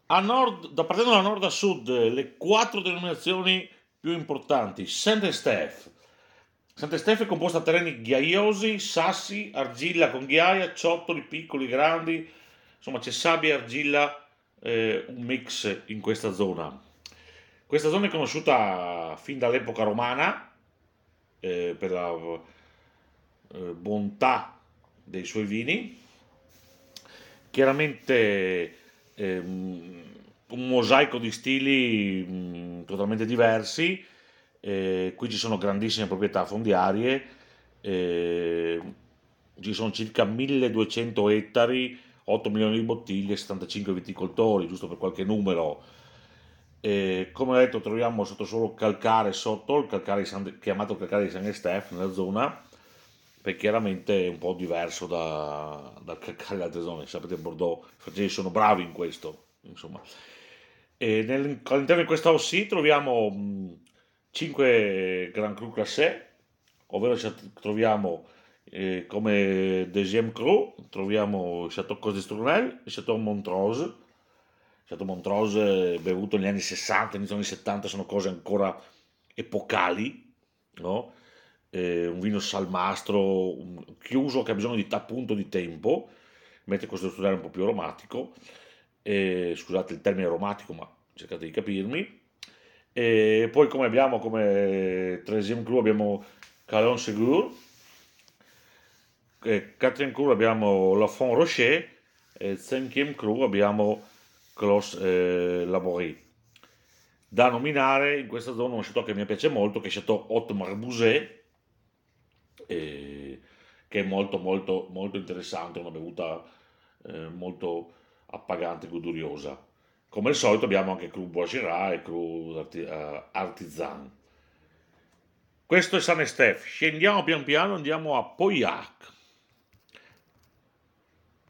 A nord, partendo da nord a sud, le quattro denominazioni più importanti. Saint-Estèphe. Saint-Estèphe è composta da terreni ghiaiosi, sassi, argilla con ghiaia, ciottoli piccoli, grandi, insomma c'è sabbia e argilla, un mix in questa zona. Questa zona è conosciuta fin dall'epoca romana per la bontà dei suoi vini. Chiaramente un mosaico di stili totalmente diversi. Qui ci sono grandissime proprietà fondiarie, eh, ci sono circa 1200 ettari, 8 milioni di bottiglie, 75 viticoltori, giusto per qualche numero. Come ho detto, troviamo sottosuolo calcare sotto, il calcare chiamato calcare di San Estef nella zona, perché chiaramente è un po' diverso dal calcare delle altre zone. Sapete, Bordeaux, i francesi sono bravi in questo, insomma. All'interno di questa OC troviamo 5 Grand Cru Classé, ovvero troviamo come deuxième cru, troviamo il Chateau Cos d'Estournel, il Chateau Montrose. Il Chateau Montrose bevuto negli anni 60, inizio anni 70, sono cose ancora epocali, no? Un vino salmastro, chiuso, che ha bisogno di appunto di tempo, mentre questo studiare è un po' più aromatico. Scusate il termine aromatico, ma cercate di capirmi. E poi come abbiamo come 3 cru abbiamo Calon Segur, Catherine Cru abbiamo La Font Rocher e 5 cru abbiamo Clos Laborie. Da nominare in questa zona un chateau che mi piace molto, che è Chateau Haute Marbouzet, che è molto molto molto interessante, una bevuta molto appagante e goduriosa. Come al solito abbiamo anche Cru Bois e Cru Artisan. Questo è San Estef, scendiamo pian piano, andiamo a Pauillac.